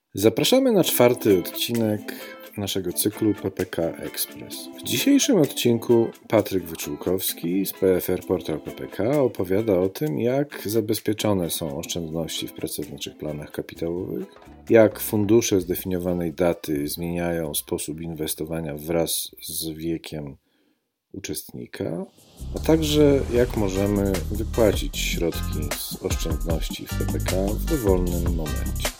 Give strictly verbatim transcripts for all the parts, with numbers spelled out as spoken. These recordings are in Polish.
Zapraszamy na czwarty odcinek naszego cyklu P P K Express. W dzisiejszym odcinku Patryk Wyczółkowski z P F R Portal P P K opowiada o tym, jak zabezpieczone są oszczędności w pracowniczych planach kapitałowych, jak fundusze zdefiniowanej daty zmieniają sposób inwestowania wraz z wiekiem uczestnika, a także jak możemy wypłacić środki z oszczędności w P P K w dowolnym momencie.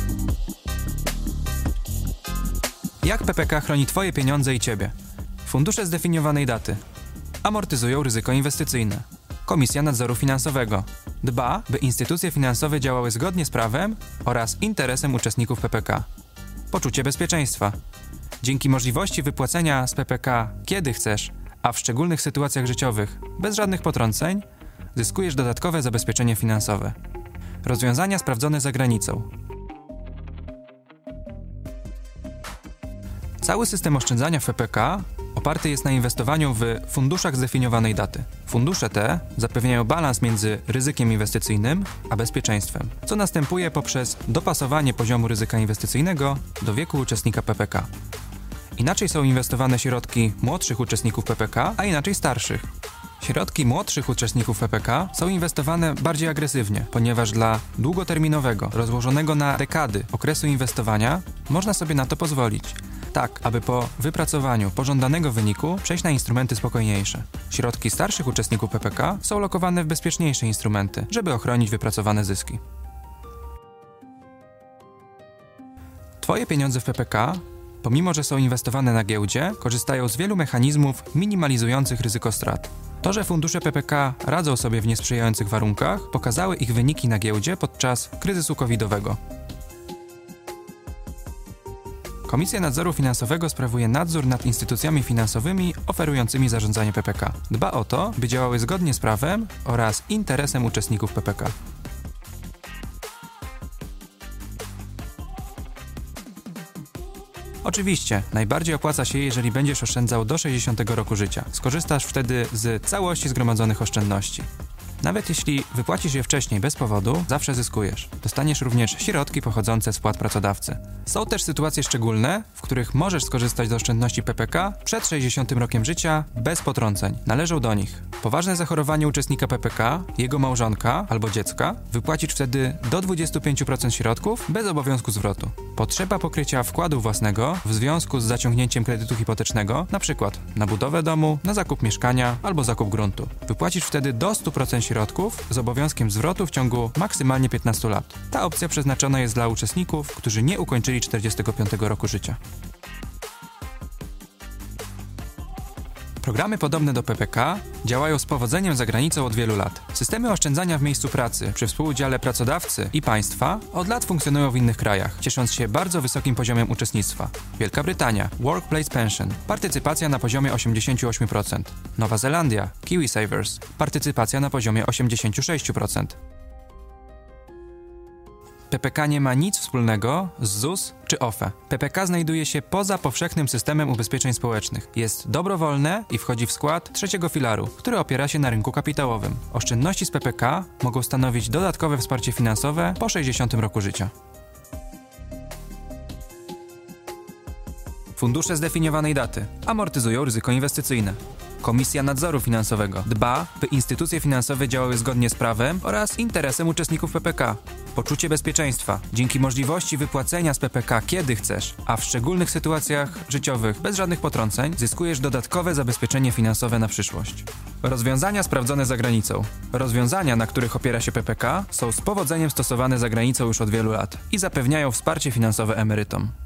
Jak P P K chroni Twoje pieniądze i Ciebie? Fundusze zdefiniowanej daty. Amortyzują ryzyko inwestycyjne. Komisja Nadzoru Finansowego. Dba, by instytucje finansowe działały zgodnie z prawem oraz interesem uczestników P P K. Poczucie bezpieczeństwa. Dzięki możliwości wypłacenia z P P K kiedy chcesz, a w szczególnych sytuacjach życiowych, bez żadnych potrąceń, zyskujesz dodatkowe zabezpieczenie finansowe. Rozwiązania sprawdzone za granicą. Cały system oszczędzania w P P K oparty jest na inwestowaniu w funduszach zdefiniowanej daty. Fundusze te zapewniają balans między ryzykiem inwestycyjnym a bezpieczeństwem, co następuje poprzez dopasowanie poziomu ryzyka inwestycyjnego do wieku uczestnika P P K. Inaczej są inwestowane środki młodszych uczestników P P K, a inaczej starszych. Środki młodszych uczestników P P K są inwestowane bardziej agresywnie, ponieważ dla długoterminowego, rozłożonego na dekady okresu inwestowania można sobie na to pozwolić. Tak, aby po wypracowaniu pożądanego wyniku przejść na instrumenty spokojniejsze. Środki starszych uczestników P P K są lokowane w bezpieczniejsze instrumenty, żeby ochronić wypracowane zyski. Twoje pieniądze w P P K, pomimo że są inwestowane na giełdzie, korzystają z wielu mechanizmów minimalizujących ryzyko strat. To, że fundusze P P K radzą sobie w niesprzyjających warunkach, pokazały ich wyniki na giełdzie podczas kryzysu covidowego. Komisja Nadzoru Finansowego sprawuje nadzór nad instytucjami finansowymi oferującymi zarządzanie P P K. Dba o to, by działały zgodnie z prawem oraz interesem uczestników P P K. Oczywiście, najbardziej opłaca się, jeżeli będziesz oszczędzał do sześćdziesiątego roku życia. Skorzystasz wtedy z całości zgromadzonych oszczędności. Nawet jeśli wypłacisz je wcześniej bez powodu, zawsze zyskujesz. Dostaniesz również środki pochodzące z wpłat pracodawcy. Są też sytuacje szczególne, w których możesz skorzystać z oszczędności P P K przed sześćdziesiątym rokiem życia bez potrąceń. Należą do nich poważne zachorowanie uczestnika P P K, jego małżonka albo dziecka, wypłacisz wtedy do dwadzieścia pięć procent środków bez obowiązku zwrotu. Potrzeba pokrycia wkładu własnego w związku z zaciągnięciem kredytu hipotecznego, np. na budowę domu, na zakup mieszkania albo zakup gruntu. Wypłacisz wtedy do stu procent środków z obowiązkiem zwrotu w ciągu maksymalnie piętnastu lat. Ta opcja przeznaczona jest dla uczestników, którzy nie ukończyli czterdziestego piątego roku życia. Programy podobne do P P K działają z powodzeniem za granicą od wielu lat. Systemy oszczędzania w miejscu pracy przy współudziale pracodawcy i państwa od lat funkcjonują w innych krajach, ciesząc się bardzo wysokim poziomem uczestnictwa. Wielka Brytania, Workplace Pension, partycypacja na poziomie osiemdziesiąt osiem procent. Nowa Zelandia, Kiwi Savers, partycypacja na poziomie osiemdziesiąt sześć procent. P P K nie ma nic wspólnego z Z U S czy O F E. P P K znajduje się poza powszechnym systemem ubezpieczeń społecznych. Jest dobrowolne i wchodzi w skład trzeciego filaru, który opiera się na rynku kapitałowym. Oszczędności z P P K mogą stanowić dodatkowe wsparcie finansowe po sześćdziesiątym roku życia. Fundusze zdefiniowanej daty amortyzują ryzyko inwestycyjne. Komisja Nadzoru Finansowego dba, by instytucje finansowe działały zgodnie z prawem oraz interesem uczestników P P K. Poczucie bezpieczeństwa. Dzięki możliwości wypłacenia z P P K kiedy chcesz, a w szczególnych sytuacjach życiowych bez żadnych potrąceń, zyskujesz dodatkowe zabezpieczenie finansowe na przyszłość. Rozwiązania sprawdzone za granicą. Rozwiązania, na których opiera się P P K, są z powodzeniem stosowane za granicą już od wielu lat i zapewniają wsparcie finansowe emerytom.